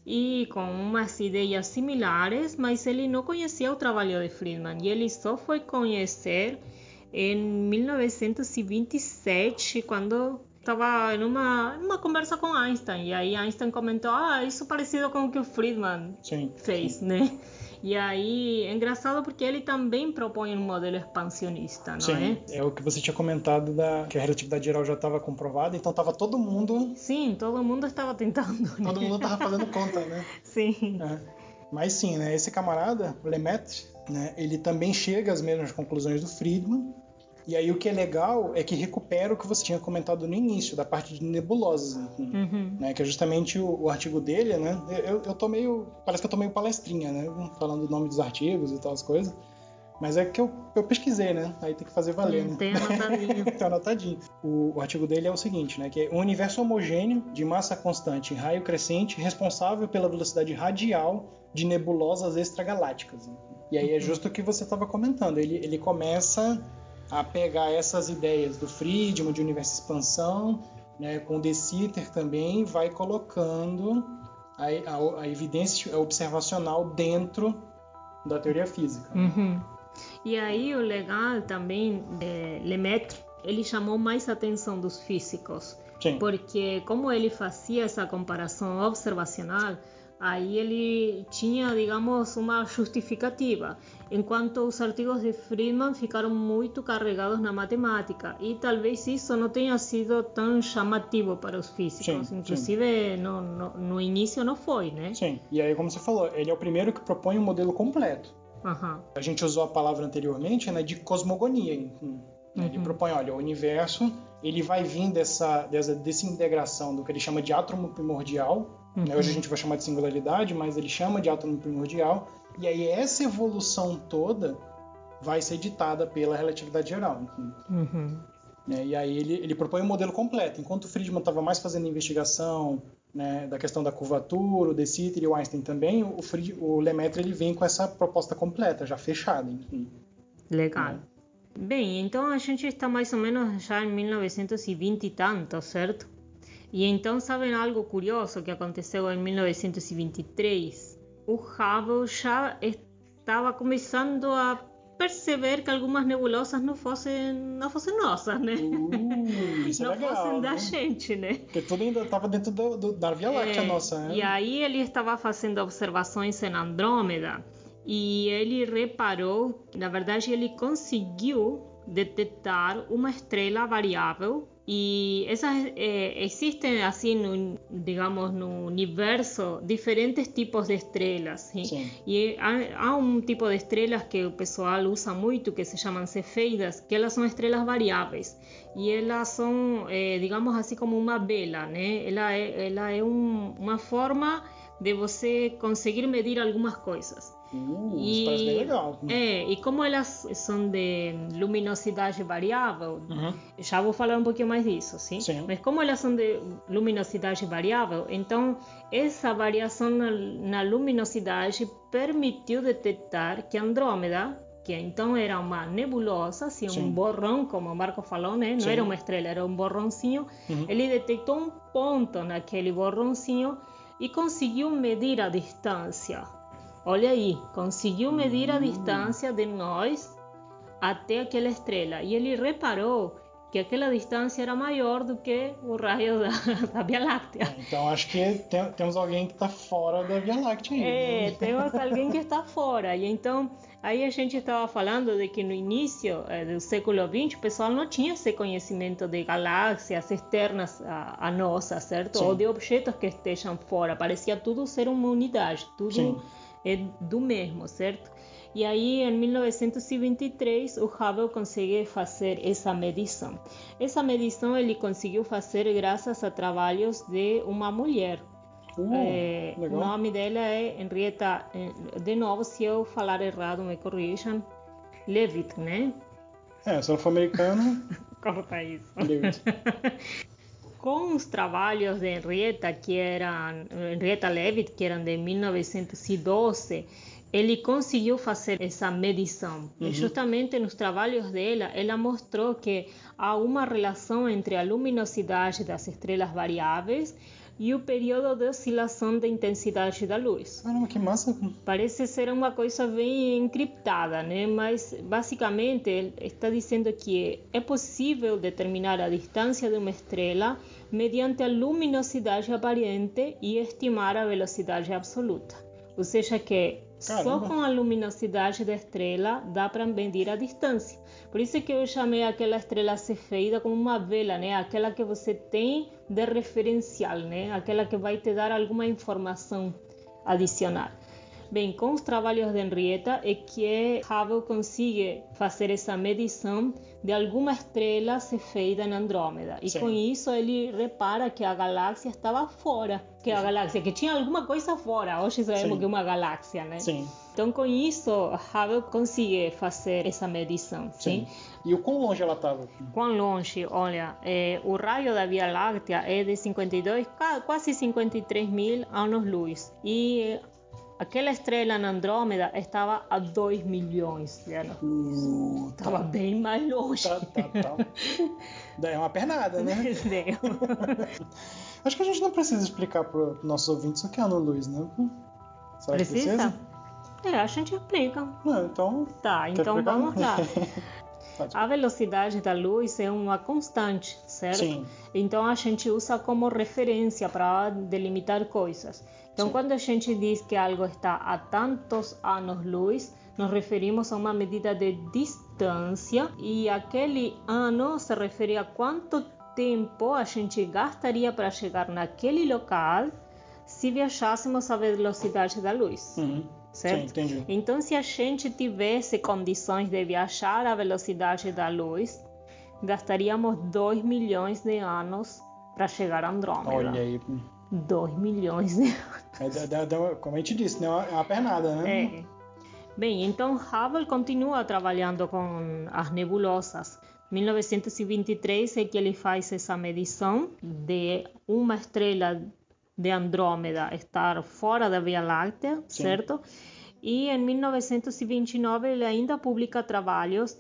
e com umas ideias similares, mas ele não conhecia o trabalho de Friedman. E ele só foi conhecer em mil novecentos e vinte e sete, quando estava numa uma conversa com Einstein. E aí Einstein comentou, ah, isso é parecido com o que o Friedman sim, fez, sim. né? E aí é engraçado porque ele também propõe um modelo expansionista, não Sim, é? é o que você tinha comentado, da, que a relatividade geral já estava comprovada, então estava todo mundo... Sim, todo mundo estava tentando. Todo né? mundo estava fazendo conta, né? Sim. É. Mas sim, né, esse camarada, o Lemaitre, né, ele também chega às mesmas conclusões do Friedman. E aí o que é legal é que recupera o que você tinha comentado no início, da parte de nebulosas, Uhum. né, que é justamente o, o artigo dele, né? Eu, eu tô meio, parece que eu tô meio palestrinha, né? Falando o nome dos artigos e tal as coisas. Mas é que eu, eu pesquisei, né? Aí tem que fazer valer, Sim, né? tem anotadinho. Tem anotadinho. O, o artigo dele é o seguinte, né? Que é um universo homogêneo, de massa constante em raio crescente, responsável pela velocidade radial de nebulosas extragalácticas. E aí é justo o que você estava comentando. Ele, ele começa a pegar essas ideias do Friedman, de universo expansão, né? Com De Sitter também, vai colocando a, a, a evidência observacional dentro da teoria física. Né? Uhum. E aí o legal também de Lemaitre, ele chamou mais a atenção dos físicos, Sim. porque como ele fazia essa comparação observacional, aí ele tinha, digamos, uma justificativa, enquanto os artigos de Friedman ficaram muito carregados na matemática, e talvez isso não tenha sido tão chamativo para os físicos, Sim, inclusive sim. No, no, no início não foi, né? Sim, e aí como você falou, ele é o primeiro que propõe um modelo completo. Uhum. A gente usou a palavra anteriormente, né, de cosmogonia. Uhum. Ele propõe, olha, o universo ele vai vir dessa, dessa desintegração do que ele chama de átomo primordial. Uhum. Né? Hoje a gente vai chamar de singularidade, mas ele chama de átomo primordial. E aí essa evolução toda vai ser ditada pela relatividade geral. Uhum. Né? E aí ele, ele propõe um modelo completo. Enquanto o Friedman estava mais fazendo investigação, né, da questão da curvatura, o De Sitter e o Einstein também, o, Fried, o Lemaitre ele vem com essa proposta completa, já fechada. Enfim. Legal. Né? Bem, então a gente está mais ou menos já em mil novecentos e vinte e tanto, certo? E então sabem algo curioso que aconteceu em mil novecentos e vinte e três? O Hubble já estava começando a perceber que algumas nebulosas não fossem, não fossem nossas, né? Uh, isso não é legal, fossem da né? gente, né? Porque tudo ainda estava dentro do, do, da Via Láctea É, nossa, né? E aí ele estava fazendo observações em Andrômeda e ele reparou, na verdade ele conseguiu detectar uma estrela variável e essas é, existem assim no, digamos no universo diferentes tipos de estrelas, sim? Sim. E há, há um tipo de estrelas que o pessoal usa muito que se chamam cefeidas, que elas são estrelas variáveis e elas são é, digamos assim como uma vela, né? Ela é, ela é um, uma forma de você conseguir medir algumas coisas. Uh, e, isso parece bem legal. É, e como elas são de luminosidade variável, Uhum. já vou falar um pouquinho mais disso, sim? Sim. Mas como elas são de luminosidade variável, então essa variação na, na luminosidade permitiu detectar que Andrômeda, que então era uma nebulosa, assim, um borrão, como o Marco falou, né? Não Sim. era uma estrela, era um borrãozinho. Uhum. Ele detectou um ponto naquele borrãozinho e conseguiu medir a distância. Olha aí, conseguiu medir a distância de nós até aquela estrela. E ele reparou que aquela distância era maior do que o raio da, da Via Láctea. É, então acho que tem, temos alguém que está fora da Via Láctea aí. É, né? temos alguém que está fora. E então, aí a gente estava falando de que no início é, do século vinte, o pessoal não tinha esse conhecimento de galáxias externas a, a nossa, certo? Sim. Ou de objetos que estejam fora. Parecia tudo ser uma unidade, tudo Sim. é do mesmo, certo? E aí, em mil novecentos e vinte e três, o Hubble conseguiu fazer essa medição. Essa medição ele conseguiu fazer graças a trabalhos de uma mulher. Uh, é, o nome dela é Henrietta, de novo, se eu falar errado, me corrijam, Leavitt, né? É, se não for americano... Corta isso. Leavitt. Com os trabalhos de Henrietta, que eram Henrietta Leavitt, que eram de mil novecentos e doze, ele conseguiu fazer essa medição. Uhum. E justamente nos trabalhos dela, ela mostrou que há uma relação entre a luminosidade das estrelas variáveis e o período de oscilação da intensidade da luz. Caramba, que massa! Parece ser uma coisa bem encriptada, né? Mas basicamente ele está dizendo que é possível determinar a distância de uma estrela mediante a luminosidade aparente e estimar a velocidade absoluta. Ou seja que Caramba. Só com a luminosidade da estrela dá para medir a distância. Por isso que eu chamei aquela estrela cefeida como uma vela, né? Aquela que você tem de referencial, né? Aquela que vai te dar alguma informação adicional. Bem, com os trabalhos de Henrietta é que Hubble consegue fazer essa medição de alguma estrela cefeida na Andrômeda. E Sim. com isso ele repara que a galáxia estava fora, que a galáxia, que tinha alguma coisa fora. Hoje sabemos Sim. que é uma galáxia, né? Sim. Então com isso Hubble consegue fazer essa medição. Sim. Sim? E o quão longe ela estava? Quão longe? Olha, é, o raio da Via Láctea é de cinquenta e dois, quase cinquenta e três mil anos-luz. E aquela estrela na Andrômeda estava a dois milhões de anos. Uh, estava tá. bem mais longe. Tá, tá, tá. Daí é uma pernada, né? Acho que a gente não precisa explicar para os nossos ouvintes o que é ano-luz, né? Será precisa? que precisa? É, a gente explica. Não, então... Tá, então vamos lá. A velocidade da luz é uma constante, certo? Sim. Então a gente usa como referência para delimitar coisas. Então, Sim. quando a gente diz que algo está a tantos anos-luz, nos referimos a uma medida de distância e aquele ano se refere a quanto tempo a gente gastaria para chegar naquele local se viajássemos à velocidade da luz. Uhum. Certo? Sim, entendi. Então, se a gente tivesse condições de viajar à velocidade da luz, gastaríamos dois milhões de anos para chegar a Andrômeda. Olha aí. dois milhões de anos. É, é, é, como a gente disse, né? É uma pernada, né? É. Bem, então Hubble continua trabalhando com as nebulosas. Em mil novecentos e vinte e três é que ele faz essa medição de uma estrela de Andrômeda estar fora da Via Láctea, Sim. certo? E em mil novecentos e vinte e nove ele ainda publica trabalhos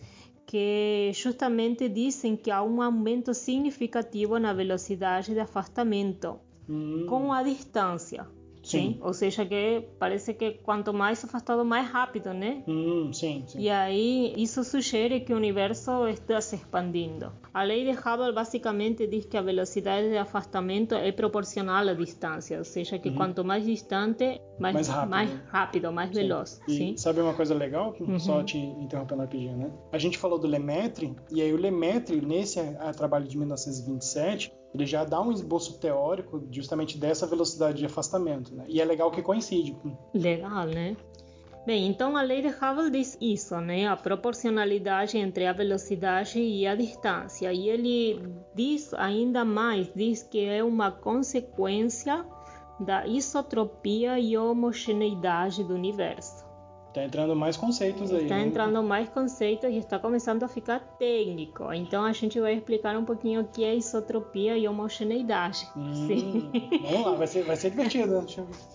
que justamente dizem que há um aumento significativo na velocidade de afastamento hum. com a distância. Sim. Sim. Ou seja, que parece que quanto mais afastado, mais rápido, né? Hum, sim, sim. E aí, isso sugere que o universo está se expandindo. A lei de Hubble basicamente diz que a velocidade de afastamento é proporcional à distância, ou seja, que uhum. quanto mais distante, mais, mais rápido, mais, rápido, mais sim. veloz. E sim. sabe uma coisa legal? Uhum. Só te interrompendo rapidinho, né? A gente falou do Lemaitre, e aí o Lemaitre, nesse a, a trabalho de mil novecentos e vinte e sete, ele já dá um esboço teórico justamente dessa velocidade de afastamento, né? E é legal que coincide. Legal, né? Bem, então a lei de Hubble diz isso, né? A proporcionalidade entre a velocidade e a distância. E ele diz ainda mais, diz que é uma consequência da isotropia e homogeneidade do universo. Está entrando mais conceitos aí. Está né? entrando mais conceitos e está começando a ficar técnico. Então a gente vai explicar um pouquinho o que é isotropia e homogeneidade. Hum, Sim. Vamos lá, vai ser, vai ser divertido.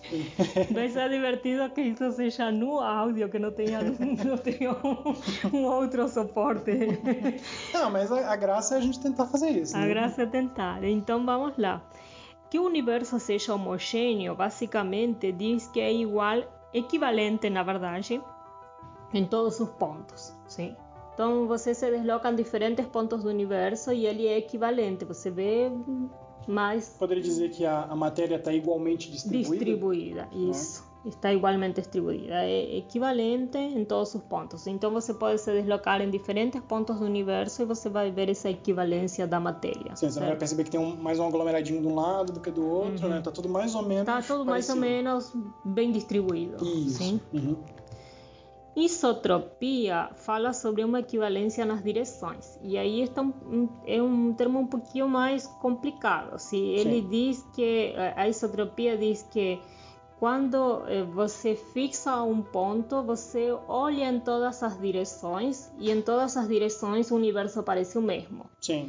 Vai ser divertido que isso seja no áudio, que não tenha, não tenha um, um outro suporte. Não, mas a, a graça é a gente tentar fazer isso. A né? graça é tentar. Então vamos lá. Que o universo seja homogêneo, basicamente diz que é igual, equivalente, na verdade, em todos os pontos, sim? Então você se desloca em diferentes pontos do universo e ele é equivalente. Você vê mais... Poderia dizer que a, a matéria está igualmente distribuída? Distribuída, isso. Né? Está igualmente distribuída. É equivalente em todos os pontos. Então você pode se deslocar em diferentes pontos do universo e você vai ver essa equivalência da matéria. Sim, você certo? Vai perceber que tem um, mais um aglomeradinho de um lado do que do outro, uhum. né? Tá tudo mais ou menos Tá tudo parecido. mais ou menos bem distribuído. Isso. Sim? Uhum. Isotropia fala sobre uma equivalência nas direções. E aí está um, é um termo um pouquinho mais complicado. Se ele Sim. diz que a isotropia diz que quando você fixa um ponto, você olha em todas as direções e em todas as direções o universo parece o mesmo. Sim.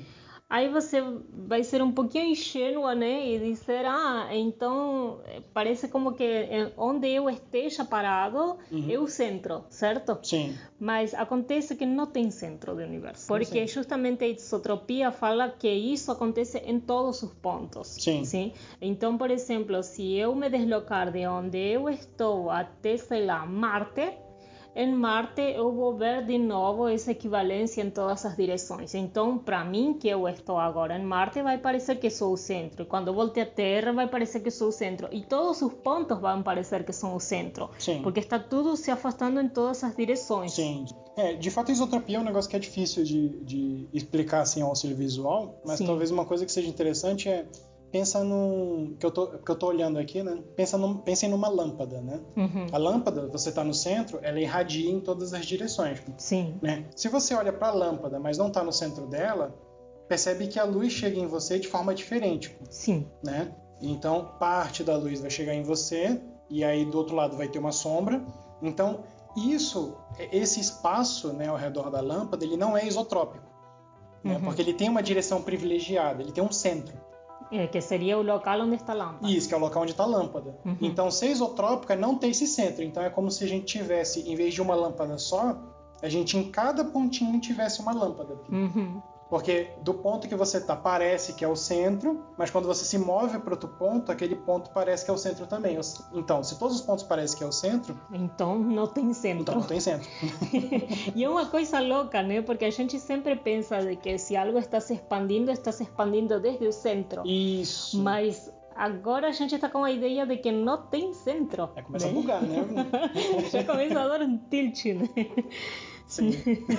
Aí você vai ser um pouquinho ingênua, né? E dizer, ah, então parece como que onde eu esteja parado uhum. é o centro, certo? Sim. Mas acontece que não tem centro do universo. Porque sim, sim. justamente a isotropia fala que isso acontece em todos os pontos. Sim. sim. Então, por exemplo, se eu me deslocar de onde eu estou até, sei lá, Marte... Em Marte eu vou ver de novo essa equivalência em todas as direções. Então, para mim, que eu estou agora em Marte, vai parecer que sou o centro. E quando eu volte à Terra, vai parecer que sou o centro. E todos os pontos vão parecer que são o centro. Sim. Porque está tudo se afastando em todas as direções. Sim. É, de fato, a isotropia é um negócio que é difícil de, de explicar assim ao auxílio visual. Mas sim, talvez uma coisa que seja interessante é... Pensa num... Que eu tô, que eu tô olhando aqui, né? Pensa num, pensem numa lâmpada, né? Uhum. A lâmpada, você está no centro, ela irradia em todas as direções. Sim. Né? Se você olha para a lâmpada, mas não está no centro dela, percebe que a luz chega em você de forma diferente. Sim. Né? Então, parte da luz vai chegar em você, e aí do outro lado vai ter uma sombra. Então, isso, esse espaço, né, ao redor da lâmpada, ele não é isotrópico. Né? Uhum. Porque ele tem uma direção privilegiada, ele tem um centro. É, que seria o local onde está a lâmpada. Isso, que é o local onde está a lâmpada. Uhum. Então, ser isotrópica não tem esse centro. Então, é como se a gente tivesse, em vez de uma lâmpada só, a gente em cada pontinho tivesse uma lâmpada. Uhum. Porque do ponto que você está, parece que é o centro, mas quando você se move para outro ponto, aquele ponto parece que é o centro também. Então, se todos os pontos parecem que é o centro... Então, não tem centro. Então, não tem centro. E é uma coisa louca, né? Porque a gente sempre pensa de que se algo está se expandindo, está se expandindo desde o centro. Isso. Mas agora a gente está com a ideia de que não tem centro. É, começa né? a bugar, né? Já começa a dar um tilt, né? Sim.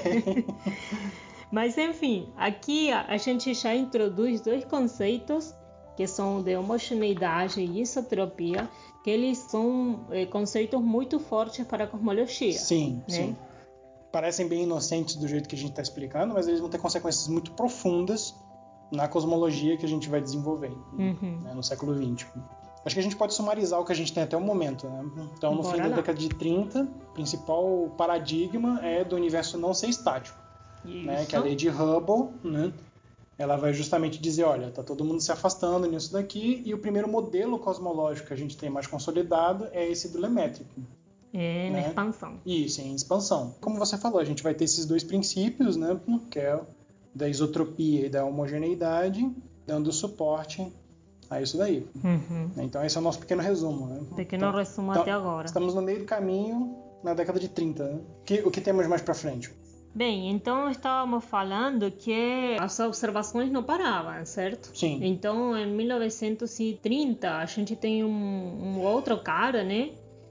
Mas, enfim, aqui a gente já introduz dois conceitos que são de homogeneidade e isotropia, que eles são é, conceitos muito fortes para a cosmologia. Sim, né? sim. Parecem bem inocentes do jeito que a gente está explicando, mas eles vão ter consequências muito profundas na cosmologia que a gente vai desenvolver uhum. né, no século vinte. Acho que a gente pode sumarizar o que a gente tem até o momento. Né? Então, no Bora fim da lá. década de trinta, o principal paradigma é do universo não ser estático. Né, que é a lei de Hubble, né, ela vai justamente dizer, olha, está todo mundo se afastando nisso daqui, e o primeiro modelo cosmológico que a gente tem mais consolidado é esse do Lemétrico. É, né? na expansão. Isso, em expansão. Como você falou, a gente vai ter esses dois princípios, né, que é da isotropia e da homogeneidade, dando suporte a isso daí. Uhum. Então esse é o nosso pequeno resumo. Né? Pequeno então, resumo então, até agora. Estamos no meio do caminho na década de trinta. Né? Que, o que temos mais para frente? Bem, então estávamos falando que as observações não paravam, certo? Sim. Então, em mil novecentos e trinta, a gente tem um, um outro cara, né?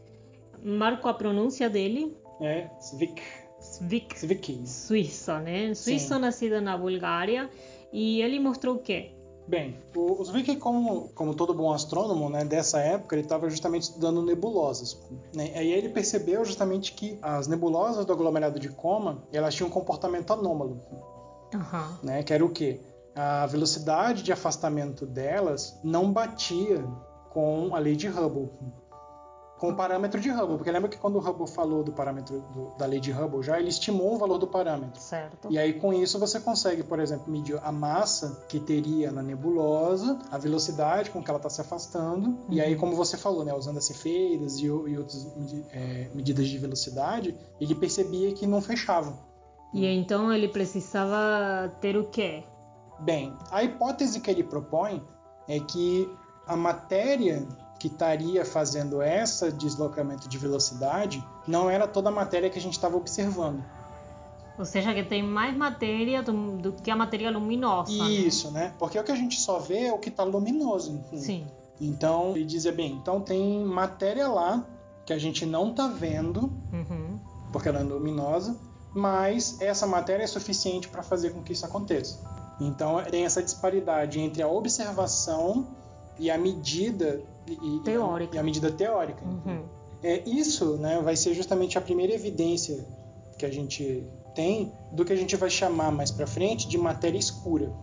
Marco a pronúncia dele. É Zwick. Zwick. Zwick. Suíço, né? Suíço, Sim. nascido na Bulgária. E ele mostrou o quê? Bem, o Zwick, como, como todo bom astrônomo, né, dessa época, ele estava justamente estudando nebulosas. Né? Aí ele percebeu justamente que as nebulosas do aglomerado de Coma, elas tinham um comportamento anômalo. Uhum. Né? Que era o quê? A velocidade de afastamento delas não batia com a lei de Hubble, com o parâmetro de Hubble, porque lembra que quando o Hubble falou do parâmetro do, da lei de Hubble já, ele estimou o valor do parâmetro. Certo. E aí com isso você consegue, por exemplo, medir a massa que teria na nebulosa, a velocidade com que ela está se afastando, uhum. E aí como você falou, né, usando as cefeiras e, e outras é, medidas de velocidade, ele percebia que não fechava. E então ele precisava ter o quê? Bem, a hipótese que ele propõe é que a matéria que estaria fazendo esse deslocamento de velocidade não era toda a matéria que a gente estava observando. Ou seja, que tem mais matéria do, do que a matéria luminosa. Isso, né? né? Porque o que a gente só vê é o que está luminoso. Enfim. Sim. Então, ele dizia, bem, então tem matéria lá que a gente não está vendo, uhum. porque ela é luminosa, mas essa matéria é suficiente para fazer com que isso aconteça. Então, tem essa disparidade entre a observação e a medida e, teórica. E a, e a medida teórica. Uhum. É, isso, né, vai ser justamente a primeira evidência que a gente tem do que a gente vai chamar mais para frente de matéria escura.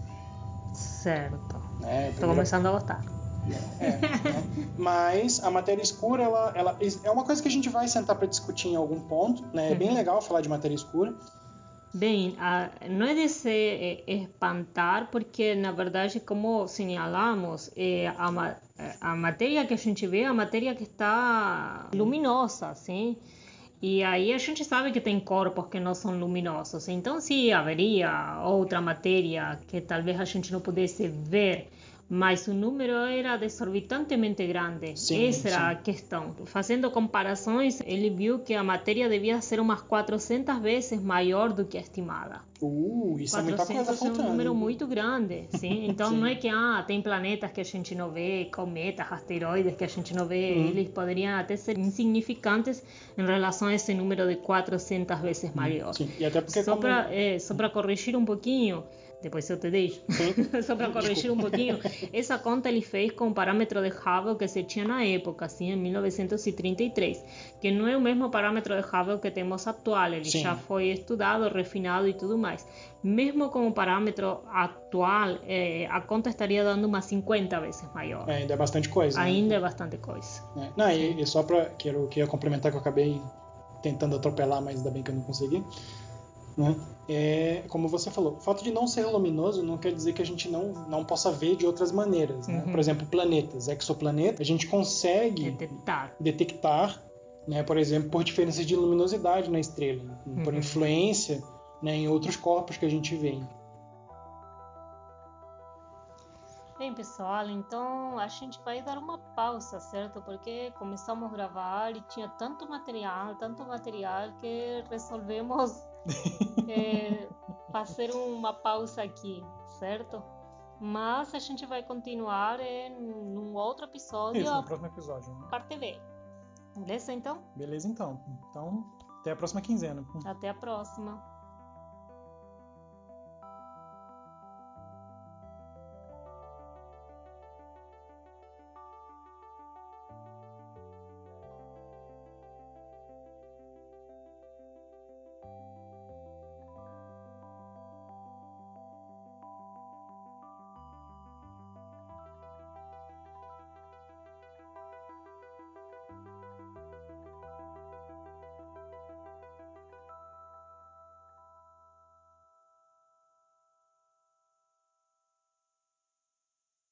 Certo. Estou é, primeira... começando a gostar. É, né? Mas a matéria escura ela, ela é uma coisa que a gente vai sentar para discutir em algum ponto. Né? É bem legal falar de matéria escura. Bem, a, não é de se é, espantar, porque na verdade, como señalamos, é, a, a matéria que a gente vê é a matéria que está luminosa, sim? E aí a gente sabe que tem corpos que não são luminosos, então se haveria outra matéria que talvez a gente não pudesse ver, mas o número era desorbitantemente grande. Sim, Essa era sim. a questão. Fazendo comparações, ele viu que a matéria devia ser umas quatrocentas vezes maior do que a estimada. Uh, isso é muita coisa faltando. É um número muito grande, sim? Então Sim. não é que ah, tem planetas que a gente não vê, cometas, asteroides que a gente não vê, Hum. eles poderiam até ser insignificantes em relação a esse número de quatrocentas vezes maior. Sim. E até porque só como... para é, só para corrigir um pouquinho, depois eu te deixo, só para corrigir um pouquinho, essa conta ele fez com o parâmetro de Hubble que se tinha na época, assim, em mil novecentos e trinta e três, que não é o mesmo parâmetro de Hubble que temos atual, ele Sim. já foi estudado, refinado e tudo mais. Mesmo com o parâmetro atual, é, a conta estaria dando umas cinquenta vezes maior. É, ainda é bastante coisa. Ainda né? é bastante coisa. É. Não, e, e só para que eu queria complementar, que eu acabei tentando atropelar, mas ainda bem que eu não consegui. Né? É, como você falou, o fato de não ser luminoso não quer dizer que a gente não, não possa ver de outras maneiras. Né? Uhum. Por exemplo, planetas, exoplanetas, a gente consegue detectar, detectar né, por exemplo, por diferenças de luminosidade na estrela, uhum. por influência né, em outros corpos que a gente vê. Bem, pessoal, então a gente vai dar uma pausa, certo? Porque começamos a gravar e tinha tanto material, tanto material que resolvemos é, fazer uma pausa aqui, certo? Mas a gente vai continuar em um outro episódio. Isso, no próximo episódio. Né? Parte B. Beleza, então? Beleza, então. Então, até a próxima quinzena. Até a próxima.